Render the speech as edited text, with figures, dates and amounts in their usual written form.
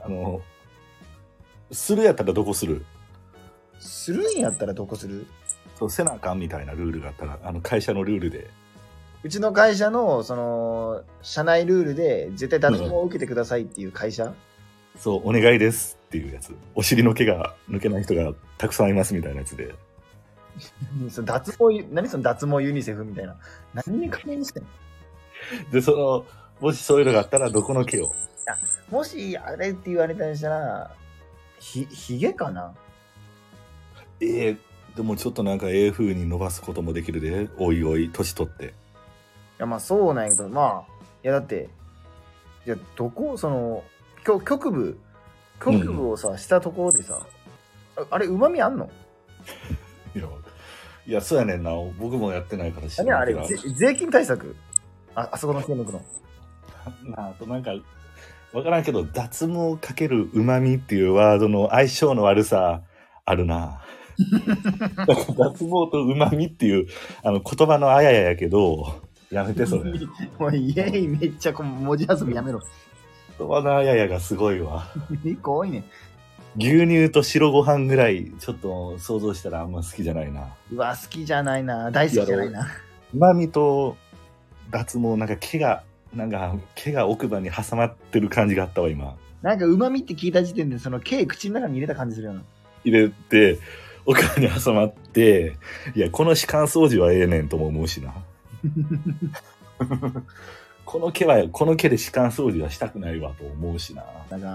するやったらどこする？ するんやったらどこする？ そうせなあかんみたいなルールがあったら、会社のルールで。 うちの会社の、社内ルールで、絶対脱毛を受けてくださいっていう会社、 そう、お願いですっていうやつ。お尻の毛が抜けない人がたくさんいますみたいなやつで。 その何その脱毛ユニセフみたいな。何に関連してんの？ で、もしそういうのがあったら、どこの毛を？ もし、あれって言われたりしたら、ひげかな？ でもちょっとなんかええ風に伸ばすこともできるで、おいおい、年取って。 いや、まあそうなんやけど、まあ、いやだって、いや、局部をさ、したところでさ、あれ、旨味あんの？ いや、そうやねんな。僕もやってないから知何あれ、 らんけど。 税金対策？あそこの毛抜くの。 あとなんか、わからんけど、脱毛かける旨味っていうワードの相性の悪さ、あるな。脱毛と旨味っていう言葉のあややけど、やめてそれ。 もうイエーイ、めっちゃ文字遊びやめろ。 言葉のあややがすごいわ。 一個多いね。 牛乳と白ご飯ぐらいちょっと想像したらあんま好きじゃないな。 うわ、好きじゃないな。大好きじゃないな。 旨味と脱毛、なんか毛が奥歯に挟まってる感じがあったわ、今。 なんか旨味って聞いた時点で、その毛口の中に入れた感じするよな。 入れて、奥歯に挟まって、いや、この歯間掃除はええねんとも思うしな。この毛で歯間掃除はしたくないわと思うしな。 なんか